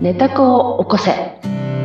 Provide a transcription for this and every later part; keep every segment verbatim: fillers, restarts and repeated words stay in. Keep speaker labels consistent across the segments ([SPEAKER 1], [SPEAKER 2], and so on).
[SPEAKER 1] 寝た子を起こせ。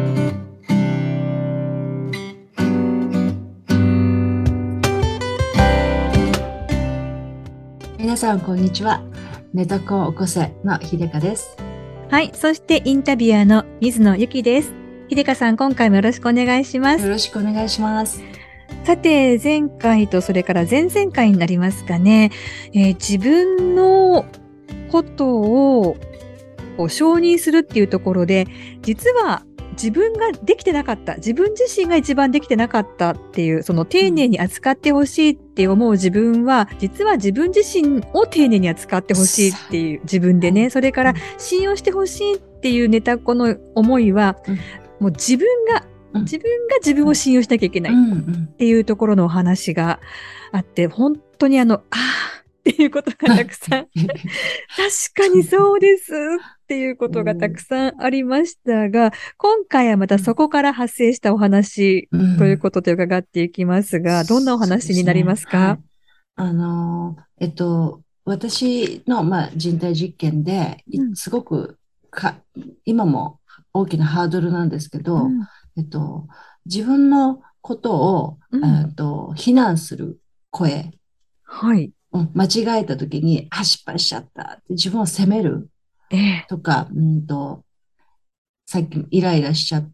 [SPEAKER 1] 皆さんこんにちは。寝た子を起こせの秀香です。
[SPEAKER 2] はい、そしてインタビュアーの水野由紀です。秀香さん、今回もよろしくお願いします。
[SPEAKER 1] よろしくお願いします。
[SPEAKER 2] さて、前回とそれから前々回になりますかね、えー、自分のことをこう承認するっていうところで、実は自分ができてなかった、自分自身が一番できてなかったっていう、その丁寧に扱ってほしいって思う自分は、実は自分自身を丁寧に扱ってほしいっていう自分でね、それから信用してほしいっていうネタ子の思いは、もう自分が自分が自分を信用しなきゃいけないっていうところのお話があって、本当にあの、ああっていうことがたくさん、確かにそうですっていうことがたくさんありましたが、今回はまたそこから発生したお話ということで伺っていきますが、どんなお話になりますか？
[SPEAKER 1] はい、あの、えっと、私の、まあ、人体実験で、うん、すごくか、今も大きなハードルなんですけど、うん、えっと、自分のことを、うん、えっと、非難する声。
[SPEAKER 2] はい。
[SPEAKER 1] うん、間違えた時に、あ、失敗しちゃったって自分を責めるとか、えー、うんと、さっきイライラしちゃって、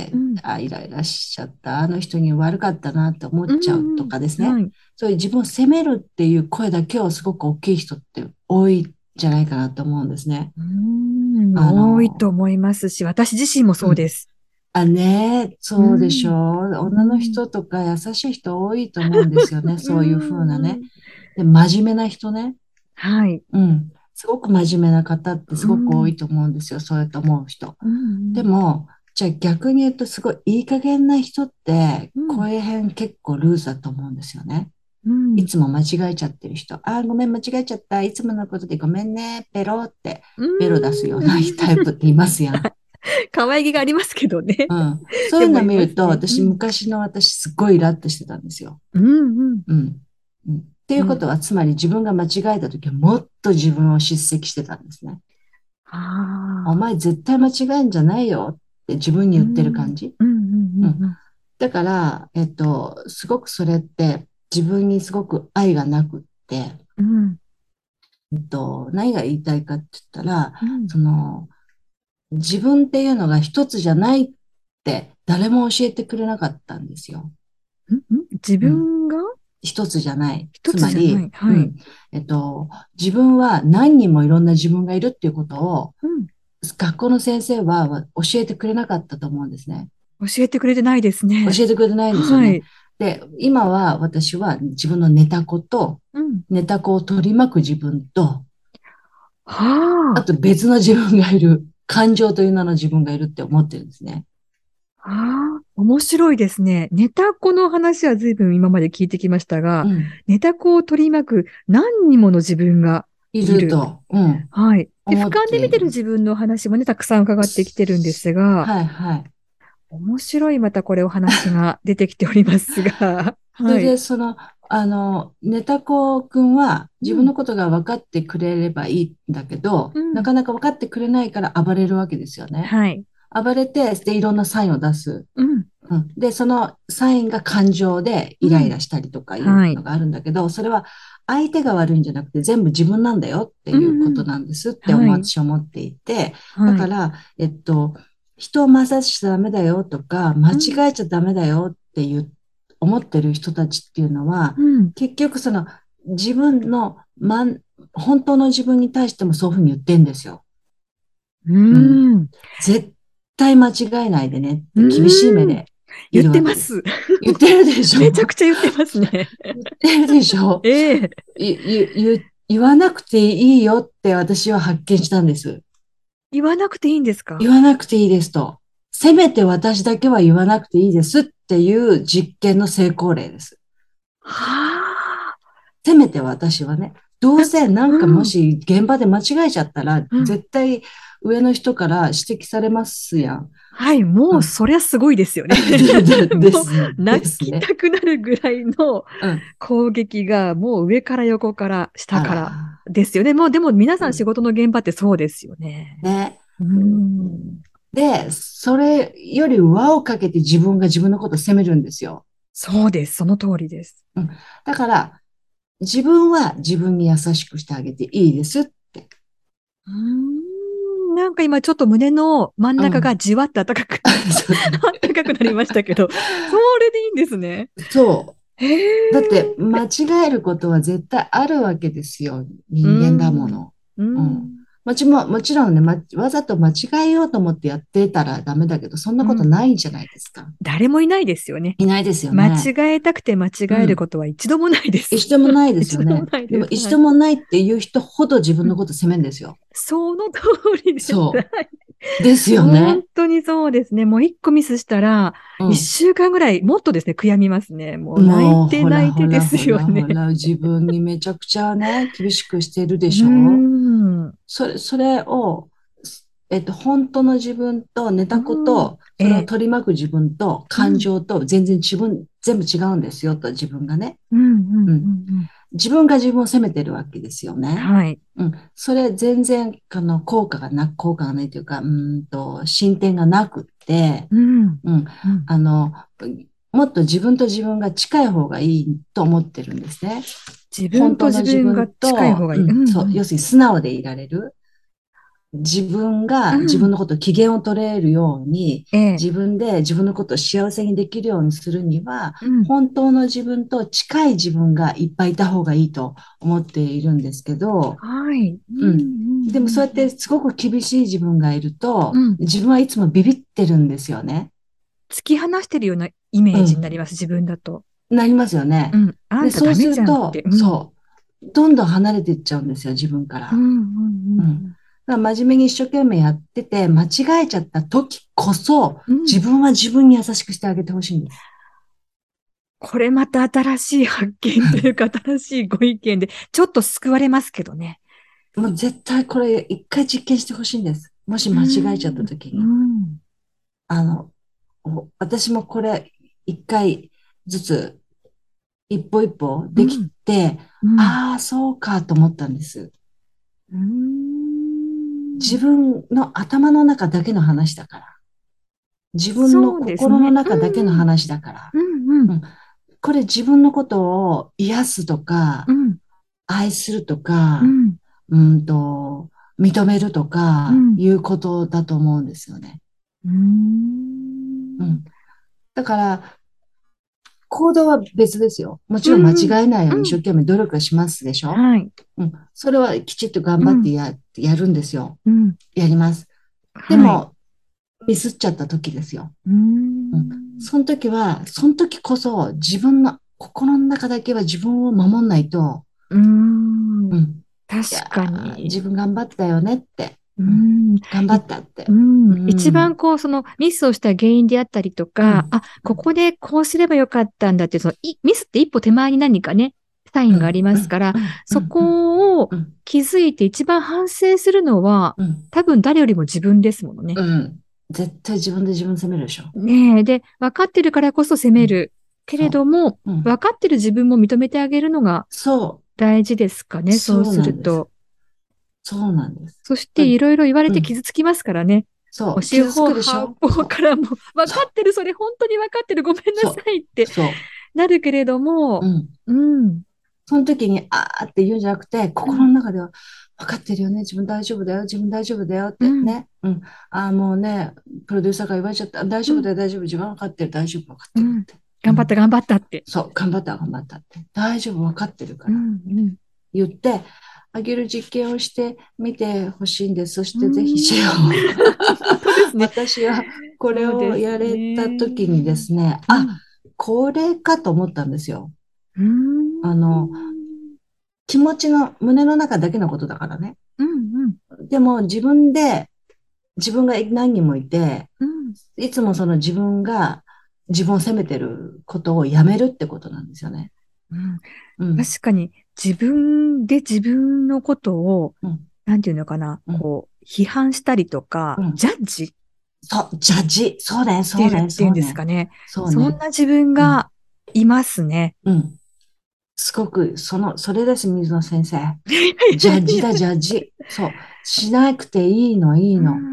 [SPEAKER 1] うん、あ、イライラしちゃった、あの人に悪かったなって思っちゃうとかですね、うんうん、はい、そういう自分を責めるっていう声だけをすごく大きい人って多いんじゃないかなと思うんですね。
[SPEAKER 2] うん、多いと思いますし、私自身もそうです。
[SPEAKER 1] うん、あ、ね、そうでしょう、うん、女の人とか優しい人多いと思うんですよね、そういう風なね。で、真面目な人ね。
[SPEAKER 2] はい。
[SPEAKER 1] うん。すごく真面目な方ってすごく多いと思うんですよ。うん、そうやって思う人。うんうん、でも、じゃあ逆に言うとすごいいい加減な人って、これ辺結構ルーズだと思うんですよね。うん、いつも間違えちゃってる人。あ、ごめん、間違えちゃった。いつものことでごめんね。ペロって、ペロ出すようなタイプっていますやん。
[SPEAKER 2] 可愛げがありますけどね。
[SPEAKER 1] うん。そういうのを見ると、ね、私、昔の私、すっごいイラッとしてたんですよ。
[SPEAKER 2] うんうん。
[SPEAKER 1] うんうんっていうことは、うん、つまり自分が間違えたときはもっと自分を叱責してたんですね。お前絶対間違えんじゃないよって自分に言ってる感じ。だから、えっと、すごくそれって自分にすごく愛がなくって、うんえっと、何が言いたいかって言ったら、うん、その、自分っていうのが一つじゃないって誰も教えてくれなかったんですよ。
[SPEAKER 2] んん自分が、うん
[SPEAKER 1] 一つじゃない。
[SPEAKER 2] 一つじゃない。
[SPEAKER 1] つまり、
[SPEAKER 2] はい。うん、
[SPEAKER 1] えっと、自分は何人もいろんな自分がいるっていうことを、うん、学校の先生は教えてくれなかったと思うんですね。
[SPEAKER 2] 教えてくれてないですね。
[SPEAKER 1] 教えてくれてないんですよね。はい、で、今は私は自分の寝た子と、うん、寝た子を取り巻く自分と、はあ、あと別の自分がいる。感情という名の自分がいるって思ってるんですね。
[SPEAKER 2] ああ、面白いですね。寝た子の話は随分今まで聞いてきましたが、うん、寝た子を取り巻く何人もの自分がいる。いると。うん。はい。で、俯瞰で見てる自分の話もね、たくさん伺ってきてるんですが、
[SPEAKER 1] はいはい。
[SPEAKER 2] 面白いまたこれお話が出てきておりますが、
[SPEAKER 1] それで、その、あの、寝た子くんは自分のことが分かってくれればいいんだけど、うん、なかなか分かってくれないから暴れるわけですよね。はい。暴れて、で、いろんなサインを出す。うんうん、で、そのサインが感情でイライラしたりとかいうのがあるんだけど、うんはい、それは相手が悪いんじゃなくて全部自分なんだよっていうことなんですって思、うんうん、私は思っていて、はい、だから、えっと、人を混ざしちゃダメだよとか、間違えちゃダメだよっていう、思ってる人たちっていうのは、うん、結局その自分の、まん、本当の自分に対してもそういうふうに言ってんですよ。うん、うん、絶対間違えないでねって厳しい目で
[SPEAKER 2] 言ってます。
[SPEAKER 1] 言ってるでしょ。
[SPEAKER 2] めちゃくちゃ言ってますね。
[SPEAKER 1] 言ってるでしょ。ええ言言。言わなくていいよって私は発見したんです。
[SPEAKER 2] 言わなくていいんですか？
[SPEAKER 1] 言わなくていいですと。せめて私だけは言わなくていいですっていう実験の成功例です。はあ。せめて私はね。どうせなんかもし現場で間違えちゃったら、うん、絶対上の人から指摘されますやん。
[SPEAKER 2] はい、もうそりゃすごいですよね。泣きたくなるぐらいの攻撃がもう上から横から下からですよね。もうでも皆さん仕事の現場ってそうですよね。
[SPEAKER 1] ね。うんで、それより輪をかけて自分が自分のことを責めるんですよ。
[SPEAKER 2] そうです。その通りです。
[SPEAKER 1] うん。だから、自分は自分に優しくしてあげていいですって。
[SPEAKER 2] うーん、なんか今ちょっと胸の真ん中が
[SPEAKER 1] うん。
[SPEAKER 2] じわっと暖かく、
[SPEAKER 1] そう
[SPEAKER 2] 暖かくなりましたけど、それでいいんですね。
[SPEAKER 1] そう。
[SPEAKER 2] へ
[SPEAKER 1] だって
[SPEAKER 2] え。
[SPEAKER 1] 間違えることは絶対あるわけですよ。
[SPEAKER 2] うー
[SPEAKER 1] 人間だも
[SPEAKER 2] ん。
[SPEAKER 1] の。
[SPEAKER 2] うー
[SPEAKER 1] うん。
[SPEAKER 2] ん。
[SPEAKER 1] もちも、もちろんね、ま、わざと間違えようと思ってやってたらダメだけど、そんなこと
[SPEAKER 2] うん。
[SPEAKER 1] ないじゃないですか。
[SPEAKER 2] 誰もいないですよね。
[SPEAKER 1] いないですよ
[SPEAKER 2] 間
[SPEAKER 1] ね。
[SPEAKER 2] 違えたくて間違えるこ
[SPEAKER 1] うん。
[SPEAKER 2] とは一度もないです。
[SPEAKER 1] 一度もないです
[SPEAKER 2] 一度も
[SPEAKER 1] よね。
[SPEAKER 2] ないです。は
[SPEAKER 1] でも一
[SPEAKER 2] い。
[SPEAKER 1] 度もないっていう人ほど自分
[SPEAKER 2] うん。
[SPEAKER 1] のこと責めるんですよ。
[SPEAKER 2] その通りです。
[SPEAKER 1] そ
[SPEAKER 2] はい。
[SPEAKER 1] う。ですよ
[SPEAKER 2] 本
[SPEAKER 1] ね。
[SPEAKER 2] 当にそうですね。もう一個ミスしたら、一
[SPEAKER 1] うん。
[SPEAKER 2] 週間ぐらい、もっとですね、悔やみますね。もう泣い
[SPEAKER 1] もう、
[SPEAKER 2] て
[SPEAKER 1] ほら
[SPEAKER 2] 泣いてで
[SPEAKER 1] ほらほ
[SPEAKER 2] すよね。
[SPEAKER 1] らほら、自分にめちゃくちゃね、厳しくしてるで
[SPEAKER 2] うー
[SPEAKER 1] しょ？
[SPEAKER 2] ん。
[SPEAKER 1] それ、それを、えっと、本当の自分と寝
[SPEAKER 2] う
[SPEAKER 1] たこ
[SPEAKER 2] ん。
[SPEAKER 1] と、それを
[SPEAKER 2] ええ。
[SPEAKER 1] 取り巻く自分と
[SPEAKER 2] うん。
[SPEAKER 1] 感情と全然自分、全部違うんですよと自分がね。
[SPEAKER 2] うん。うん。う
[SPEAKER 1] うん。
[SPEAKER 2] ん。
[SPEAKER 1] 自分が自分を責めてるわけですよね。
[SPEAKER 2] はい。
[SPEAKER 1] うん。それ全然、あの、効果がな、効果がないというか、うーんと、進展がなくって、
[SPEAKER 2] うん。
[SPEAKER 1] うん。
[SPEAKER 2] うん。
[SPEAKER 1] あの、もっと自分と自分が近い方がいいと思ってるんですね。
[SPEAKER 2] 自分と
[SPEAKER 1] 本当の自
[SPEAKER 2] 自分が
[SPEAKER 1] 分と、
[SPEAKER 2] 近い方がいい。う
[SPEAKER 1] うん、そう、
[SPEAKER 2] ん。
[SPEAKER 1] 要するに素直でいられる。自分
[SPEAKER 2] うん。うん。
[SPEAKER 1] が自分のことを機嫌を取れるように、
[SPEAKER 2] ええ。
[SPEAKER 1] 自分で自分のことを幸せにできるようにするには、
[SPEAKER 2] うん。
[SPEAKER 1] 本当の自分と近い自分がいっぱいいた方がいいと思っているんですけど、
[SPEAKER 2] はい。うん。
[SPEAKER 1] うん。でもそうやって
[SPEAKER 2] うん。
[SPEAKER 1] すごく厳しい自分がいると、
[SPEAKER 2] うん。うん。
[SPEAKER 1] 自分はいつもビビってるんですよね。
[SPEAKER 2] 突き放してるようなイメージにな
[SPEAKER 1] うん。
[SPEAKER 2] ります。自分だと。
[SPEAKER 1] なりますよね。
[SPEAKER 2] うん。あ
[SPEAKER 1] で、
[SPEAKER 2] んたダメ
[SPEAKER 1] そうする
[SPEAKER 2] じゃんって。
[SPEAKER 1] と、
[SPEAKER 2] うん。
[SPEAKER 1] そう、どんどん離れていっちゃうんですよ、自分か
[SPEAKER 2] うん。
[SPEAKER 1] ら。
[SPEAKER 2] うん。
[SPEAKER 1] うん。だから真面目に一生懸命やってて、間違えちゃった時こそ、
[SPEAKER 2] うん。うん。
[SPEAKER 1] 自分は自分に優しくしてあげてほしいんです。
[SPEAKER 2] これまた新しい発見というか、新しいご意見で、ちょっと救われますけどね。
[SPEAKER 1] もう絶対これ一回実験してほしいんです。もし
[SPEAKER 2] う
[SPEAKER 1] 間違えちゃった
[SPEAKER 2] ん。
[SPEAKER 1] 時に。
[SPEAKER 2] うん。
[SPEAKER 1] あの、お私もこれ一回ずつ一歩一歩でき
[SPEAKER 2] うん。
[SPEAKER 1] て、
[SPEAKER 2] うん。
[SPEAKER 1] ああ、そうかと思ったんです。
[SPEAKER 2] うん。
[SPEAKER 1] 自分の頭の中だけの話だから。自分の
[SPEAKER 2] そうです
[SPEAKER 1] 心の
[SPEAKER 2] ね。
[SPEAKER 1] 中だけの
[SPEAKER 2] うん。
[SPEAKER 1] 話だから。
[SPEAKER 2] うん。うん。
[SPEAKER 1] うん、これ自分のことを癒すとか、
[SPEAKER 2] うん。
[SPEAKER 1] 愛するとか、
[SPEAKER 2] うん。
[SPEAKER 1] うんと、認めるとか、
[SPEAKER 2] うん。
[SPEAKER 1] いうことだと思うんですよね。
[SPEAKER 2] うん。
[SPEAKER 1] うん。だから、行動は別ですよ。もちろん間
[SPEAKER 2] うん。
[SPEAKER 1] 違えないように一
[SPEAKER 2] うん。
[SPEAKER 1] 生懸命努力しますでしょ？
[SPEAKER 2] はい。
[SPEAKER 1] うん。それはきちっと頑
[SPEAKER 2] うん。
[SPEAKER 1] 張ってや、やるんですよ。
[SPEAKER 2] うん。
[SPEAKER 1] やります。で
[SPEAKER 2] はい。
[SPEAKER 1] も、ミスっちゃった時ですよ。
[SPEAKER 2] う
[SPEAKER 1] うん。
[SPEAKER 2] ん。
[SPEAKER 1] その時は、その時こそ自分の心の中だけは自分を守んないと、
[SPEAKER 2] うん。
[SPEAKER 1] うん。いや
[SPEAKER 2] 確か
[SPEAKER 1] ー、自
[SPEAKER 2] に。
[SPEAKER 1] 分頑張ったよねって。
[SPEAKER 2] う
[SPEAKER 1] うん。
[SPEAKER 2] ん。
[SPEAKER 1] 頑張
[SPEAKER 2] い
[SPEAKER 1] ったって。
[SPEAKER 2] うん。
[SPEAKER 1] う
[SPEAKER 2] 一番
[SPEAKER 1] ん。
[SPEAKER 2] こう、そのミスをした原因であったりとか、
[SPEAKER 1] うん。
[SPEAKER 2] あ、ここでこうすればよかったんだっていう、そのいミスって一歩手前に何かね、サインがあり
[SPEAKER 1] うん。
[SPEAKER 2] ますから、
[SPEAKER 1] うん。うん。う
[SPEAKER 2] そ
[SPEAKER 1] ん。うん。
[SPEAKER 2] こを
[SPEAKER 1] うん。
[SPEAKER 2] 気づいて一番反省するのは、
[SPEAKER 1] うん。
[SPEAKER 2] 多分誰よりも自分ですものね。
[SPEAKER 1] うん。絶対自分で自分責めるでしょ。
[SPEAKER 2] ねえ。で、分かってるからこそ責
[SPEAKER 1] うん。
[SPEAKER 2] める。けれど
[SPEAKER 1] そ
[SPEAKER 2] も、
[SPEAKER 1] う。うん。
[SPEAKER 2] 分かってる自分も認めてあげるのが
[SPEAKER 1] そ
[SPEAKER 2] 大事ですか
[SPEAKER 1] う。
[SPEAKER 2] ね、そう
[SPEAKER 1] そうなんです。
[SPEAKER 2] すると。
[SPEAKER 1] そうなんです。
[SPEAKER 2] そして
[SPEAKER 1] だ
[SPEAKER 2] いろいろ言われて
[SPEAKER 1] うん。
[SPEAKER 2] 傷つきますからね。
[SPEAKER 1] そう。
[SPEAKER 2] お四
[SPEAKER 1] 傷つ
[SPEAKER 2] 方八
[SPEAKER 1] くでしょ？
[SPEAKER 2] 方
[SPEAKER 1] そう。
[SPEAKER 2] からも、分
[SPEAKER 1] そう。
[SPEAKER 2] かってる、それ本当に分かってる、ごめんなさ
[SPEAKER 1] そう。
[SPEAKER 2] いって
[SPEAKER 1] そ
[SPEAKER 2] なるけれども、
[SPEAKER 1] う。うん。
[SPEAKER 2] うん、
[SPEAKER 1] その時に、あーって言うんじゃなくて、
[SPEAKER 2] うん、
[SPEAKER 1] 心の中では、分かってるよね。自分大丈夫だよ。自分大丈夫だよっ
[SPEAKER 2] うん、
[SPEAKER 1] てね。うん。ああ、もうね、プロデューサーが言われちゃった。大
[SPEAKER 2] うん、
[SPEAKER 1] 丈夫だよ、大丈夫。自分は分かってる。大丈夫、分かっ
[SPEAKER 2] うん。
[SPEAKER 1] てるって。うん。
[SPEAKER 2] 頑張った、頑張ったって。
[SPEAKER 1] そう。頑張った、頑張ったって。大丈夫、分かってるから。
[SPEAKER 2] うん、うん、
[SPEAKER 1] 言って、あげる実験をしてみてほしいんです。そし
[SPEAKER 2] う
[SPEAKER 1] てぜひシェ
[SPEAKER 2] ん。
[SPEAKER 1] アを。
[SPEAKER 2] 本当ですね。
[SPEAKER 1] 私はこれ
[SPEAKER 2] そうです
[SPEAKER 1] をやれた時にで
[SPEAKER 2] ね。
[SPEAKER 1] すね、あ、
[SPEAKER 2] うん、
[SPEAKER 1] これかと思ったんですよ。
[SPEAKER 2] うん、
[SPEAKER 1] あの、気持ちの胸の中だけのことだからね。
[SPEAKER 2] うん、
[SPEAKER 1] でも自分で、自分が何人もいて、
[SPEAKER 2] うん。
[SPEAKER 1] いつもその自分が自分を責めてることをやめるってことなんですよね。
[SPEAKER 2] うん。
[SPEAKER 1] うん、
[SPEAKER 2] 確かに自分で自分のことを、
[SPEAKER 1] うん、
[SPEAKER 2] なんていうのかな、
[SPEAKER 1] うん、
[SPEAKER 2] こう、批判したりとか、
[SPEAKER 1] うん。
[SPEAKER 2] ジャッジ
[SPEAKER 1] そう、ジャッジ。そうね、
[SPEAKER 2] して
[SPEAKER 1] そうね、
[SPEAKER 2] るっていうん
[SPEAKER 1] そうね。
[SPEAKER 2] ですかね。そん
[SPEAKER 1] そうね。
[SPEAKER 2] な自分
[SPEAKER 1] うん、
[SPEAKER 2] がいますね。
[SPEAKER 1] うん。すごく、その、それです、水野先生。
[SPEAKER 2] いやい
[SPEAKER 1] ジャッジだ、
[SPEAKER 2] やいやいや。
[SPEAKER 1] ジャッジ。そう。しなくていいの、いい
[SPEAKER 2] う
[SPEAKER 1] の。
[SPEAKER 2] ん。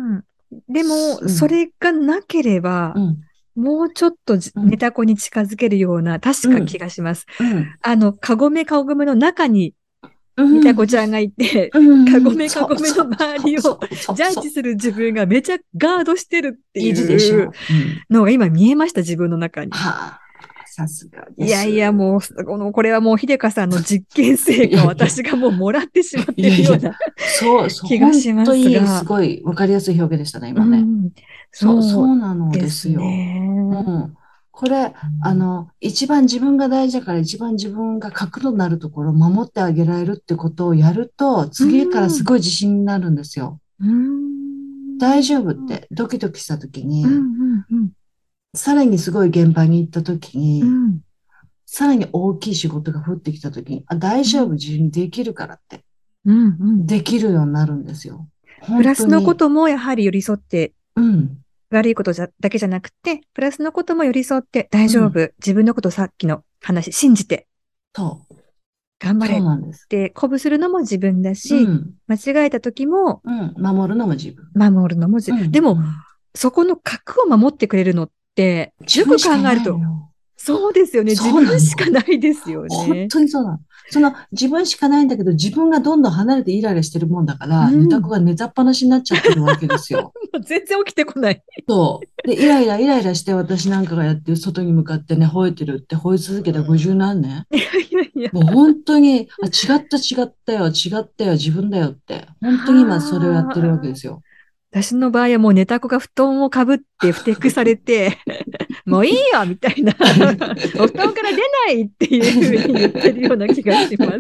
[SPEAKER 2] でも、それがなければ、
[SPEAKER 1] うん、
[SPEAKER 2] もうちょっとネタ子に近づけるような、確か気がします。
[SPEAKER 1] うん、
[SPEAKER 2] あの、カゴメカゴメの中に、
[SPEAKER 1] うん、
[SPEAKER 2] ネタ子ちゃんがいて、カゴメカゴメの周りをジャッジする自分がめちゃガードしてるっていうのが今見えました、自分の中に。
[SPEAKER 1] はあ、さすがです。
[SPEAKER 2] いやいや、もう、この、これはもう、秀香さんの実験成果を私がもうもらってしまってるような
[SPEAKER 1] そう、そう、
[SPEAKER 2] 気がしますが。
[SPEAKER 1] すごいわかりやすい表現でしたね、今ね。うん、そう、そうなのですよ。うん。これ、あの、一番自分が大事だから、一番自分が核となるところを守ってあげられるってことをやると、次からすごい自信になるんですよ。大丈夫って、ドキドキした時に、さらにすごい現場に行った時に、さらに大きい仕事が降ってきた時に、あ、大丈夫、自分にできるからって、できるようになるんですよ。
[SPEAKER 2] プラスのこともやはり寄り添って、
[SPEAKER 1] うん、
[SPEAKER 2] 悪いことじゃだけじゃなくて、プラスのことも寄り添って大丈夫。うん、自分のことさっきの話、信じて。
[SPEAKER 1] そう。
[SPEAKER 2] 頑張れって鼓舞するのも自分だし、うん、間違えた時も、
[SPEAKER 1] うん、守るのも自分。
[SPEAKER 2] 守るのも自分。うん、でも、うん、そこの核を守ってくれるのって、よく考えると、そうですよね。自分しかないですよね。
[SPEAKER 1] 本当にそうなの。その自分しかないんだけど、自分がどんどん離れてイライラしてるもんだから、うん、ネタ子が寝たっぱなしになっちゃってるわけですよ。
[SPEAKER 2] 全然起きてこない。
[SPEAKER 1] そう。で、イライライライラして私なんかがやってる外に向かってね、吠えてるって吠え続けたごじゅう何年。いやいやいや。もう本当に、あ、違った違ったよ、違ったよ、自分だよって。本当に今それをやってるわけですよ。
[SPEAKER 2] 私の場合はもうネタ子が布団をかぶってふてくされて、もういいよみたいな、お布団から出ないっていうふうに言ってるような気がします。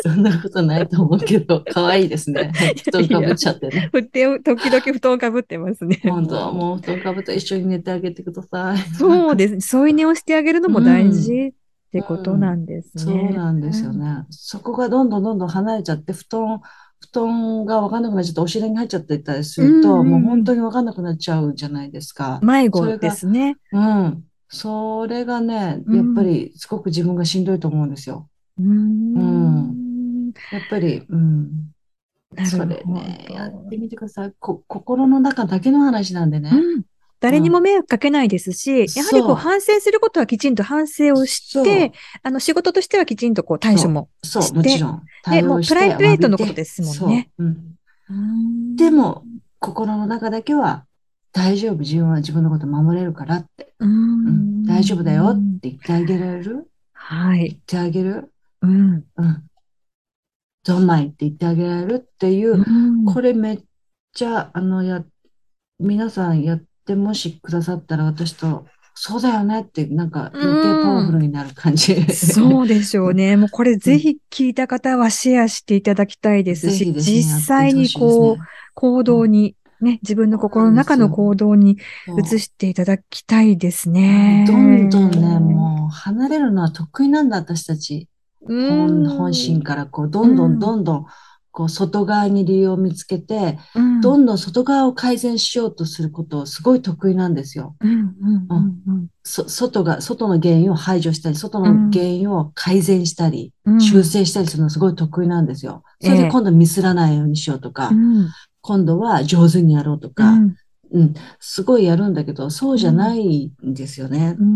[SPEAKER 1] そんなことないと思うけど、可愛いですね。布団かぶっちゃってね。
[SPEAKER 2] いやいや時々布団かぶってますね。
[SPEAKER 1] 本当、もう布団かぶと一緒に寝てあげてください。
[SPEAKER 2] そうですね。添い寝をしてあげるのも大事ってことなんですね。
[SPEAKER 1] うんうん、そうなんですよね。そこがどんどんどんどん離れちゃって、布団、布団が分かんなくなっちゃって、お尻に入っちゃってたりすると、うんうんうん、もう本当に分かんなくなっちゃうじゃないですか。
[SPEAKER 2] 迷子ですね。
[SPEAKER 1] うん。それがね、やっぱりすごく自分がしんどいと思うんですよ。うん。うん、やっぱり、うん。それね、やってみてください。こ心の中だけの話なんでね。
[SPEAKER 2] うん、誰にも迷惑かけないですし、うん、やはりこう反省することはきちんと反省をして、あの仕事としてはきちんとこう対処もして、
[SPEAKER 1] そう、もちろん。
[SPEAKER 2] で、もうプライベートのことですもんね。
[SPEAKER 1] うん、でも、心の中だけは、大丈夫、自分は自分のこと守れるからって。うん、大丈夫だよって言ってあげられる。
[SPEAKER 2] はい。
[SPEAKER 1] 言ってあげる。
[SPEAKER 2] うん。
[SPEAKER 1] うん。ゾンマイって言ってあげられるっていう、これめっちゃ、あの、や、皆さんやってもしくださったら私と、そうだよねって、なんか余計パワフルになる感じ。
[SPEAKER 2] そうでしょうね。もうこれぜひ聞いた方はシェアしていただきたいですし、
[SPEAKER 1] ね、
[SPEAKER 2] 実際にこう、行動に、ね、自分の心の中の行動に移していただきたいですね。
[SPEAKER 1] どんどんね、もう離れるのは得意なんだ、私たち。本、本心からこう、どんどんどんどん、こう、外側に理由を見つけて、うん、どんどん外側を改善しようとすることをすごい得意なんですよ。外が、外の原因を排除したり、外の原因を改善したり、うん、修正したりするのすごい得意なんですよ。それで今度ミスらないようにしようとか、えー、今度は上手にやろうとか、うんうん、すごいやるんだけど、そうじゃないんですよね。
[SPEAKER 2] うん、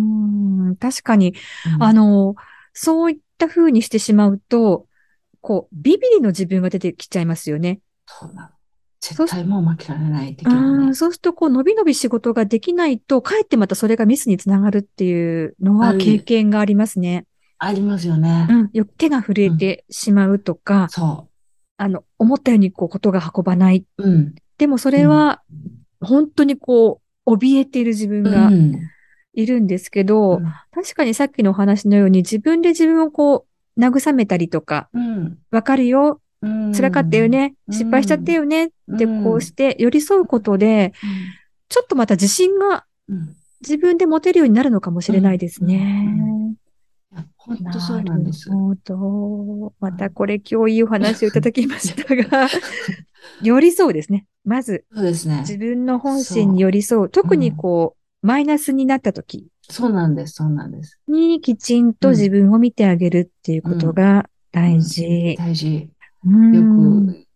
[SPEAKER 2] うん確かに、うん、あの、そういった風にしてしまうと、こう、ビビリの自分が出てきちゃいますよね。
[SPEAKER 1] そうなの。絶対もう負けられない的なね。
[SPEAKER 2] そうすると、こう、伸び伸び仕事ができないと、かえってまたそれがミスにつながるっていうのは経験がありますね。
[SPEAKER 1] ありますよね。
[SPEAKER 2] うん。よ手が震えてしまうとか、うん、
[SPEAKER 1] そう。
[SPEAKER 2] あの、思ったようにこう、ことが運ばない。
[SPEAKER 1] うん。
[SPEAKER 2] でもそれは、本当にこう、怯えている自分がいるんですけど、うん、確かにさっきのお話のように自分で自分をこう、慰めたりとか、わ、うん、かるよ、うん、辛かったよね、失敗しちゃったよねってこうして寄り添うことで、うん、ちょっとまた自信が自分で持てるようになるのかもしれないですね。
[SPEAKER 1] 本当そうなんです。
[SPEAKER 2] なるほど。またこれ今日いいお話をいただきましたが、寄り添うですね。まず、
[SPEAKER 1] そうですね、
[SPEAKER 2] 自分の本心に寄り添う。特にこう、うん、マイナスになった時。
[SPEAKER 1] そうなんです、そうなんです。
[SPEAKER 2] にきちんと自分を見てあげるっていうことが大事。
[SPEAKER 1] うんうん、大事。よく、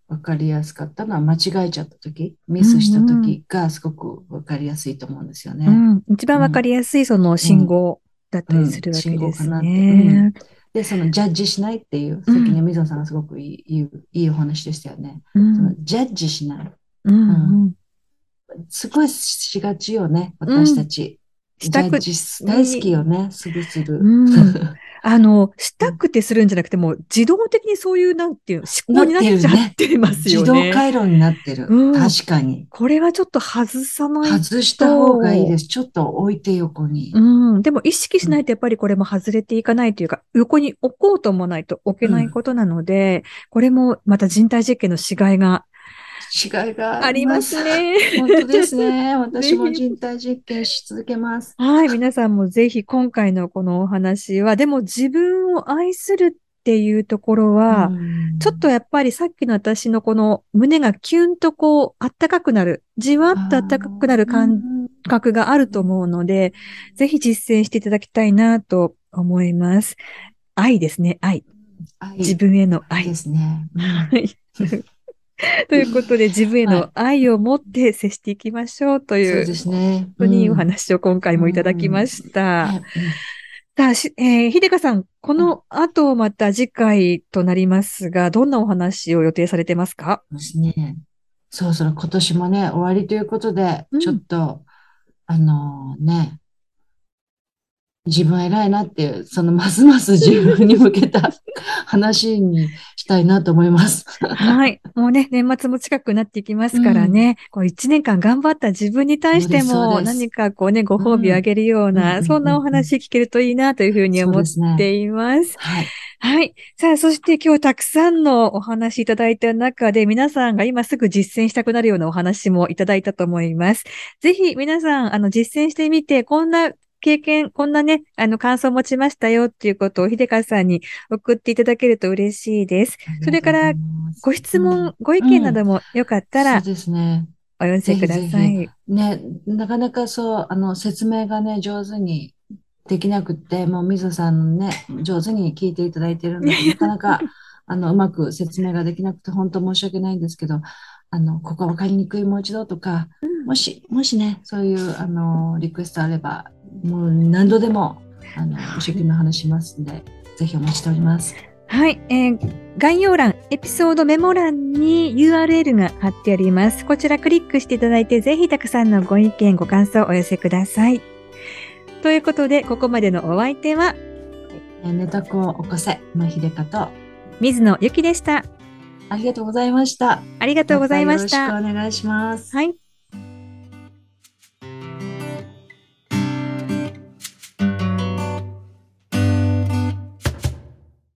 [SPEAKER 1] わかりやすかったのは、間違えちゃった時、ミスした時がすごくわかりやすいと思うんですよね。
[SPEAKER 2] うんうん、一番わかりやすいその信号だったりするわけですね。うん、信号かなって。う
[SPEAKER 1] ん、で、そのジャッジしないっていう、さっきね、水野さんがすごくいい、いい、いいお話でしたよね。うん、そのジャッジしない。うんうん、すごいしがちよね、私たち。ジャッジ大好きよね、するする。
[SPEAKER 2] うんあの、したくてするんじゃなくて、もう自動的にそういう、なんていう思考になっちゃってますよね。
[SPEAKER 1] 自動回路になってる。うん、確かに。
[SPEAKER 2] これはちょっと外さないと。
[SPEAKER 1] 外した方がいいです。ちょっと置いて横に。
[SPEAKER 2] うん。でも意識しないとやっぱりこれも外れていかないというか、うん、横に置こうと思わないと置けないことなので、うん、これもまた人体実験の違いが
[SPEAKER 1] 違いがありますね。本当ですね。私も人体実験し続けます。
[SPEAKER 2] はい。皆さんもぜひ今回のこのお話は、でも自分を愛するっていうところは、ちょっとやっぱりさっきの私のこの胸がキュンとこう、あったかくなる、じわっとあったかくなる感覚があると思うので、ぜひ実践していただきたいなと思います。愛ですね、愛。愛自分への愛。
[SPEAKER 1] 愛ですね。
[SPEAKER 2] はい。ということで、自分への愛を持って接していきましょうという、はい、そうですね。本当にいいお話を今回もいただきました。さあ、しえー、秀香さん、この後また次回となりますが、どんなお話を予定されてますか？
[SPEAKER 1] そうですね。そろそろ今年もね、終わりということで、うん、ちょっと、あのー、ね、自分偉いなっていう、そのますます自分に向けた話にしたいなと思います。
[SPEAKER 2] はい。もうね、年末も近くなっていきますからね、うん、こう一年間頑張った自分に対しても何かこうね、ご褒美をあげるような、そんなお話聞けるといいなというふうに思っています。はい。はい。さあ、そして今日たくさんのお話いただいた中で、皆さんが今すぐ実践したくなるようなお話もいただいたと思います。ぜひ皆さん、あの、実践してみて、こんな経験、こんなね、あの、感想を持ちましたよっていうことを秀香さんに送っていただけると嬉しいです。それから、ご質問、うん、ご意見などもよかったら、そうですね。お寄せください。ぜひぜひ
[SPEAKER 1] ね、なかなかそう、あの、説明がね、上手にできなくって、もう水さんね、上手に聞いていただいてるんだけど、なかなか、あの、うまく説明ができなくて、本当申し訳ないんですけど、あの、ここわかりにくい、もう一度とか、うん、もし、もしね、そういう、あの、リクエストあれば、もう何度でも、あの、一生懸命話しますんで、ぜひお待ちしております。
[SPEAKER 2] はい、えー、概要欄、エピソードメモ欄に ユーアールエル が貼ってあります。こちらクリックしていただいて、ぜひたくさんのご意見、ご感想をお寄せください。ということで、ここまでのお相手は、
[SPEAKER 1] ネタ子を起こせ、ま秀香と
[SPEAKER 2] 水野ゆきでした。
[SPEAKER 1] ありがとうございました。
[SPEAKER 2] ありがとうございました。
[SPEAKER 1] よろしくお願いします。
[SPEAKER 2] はい。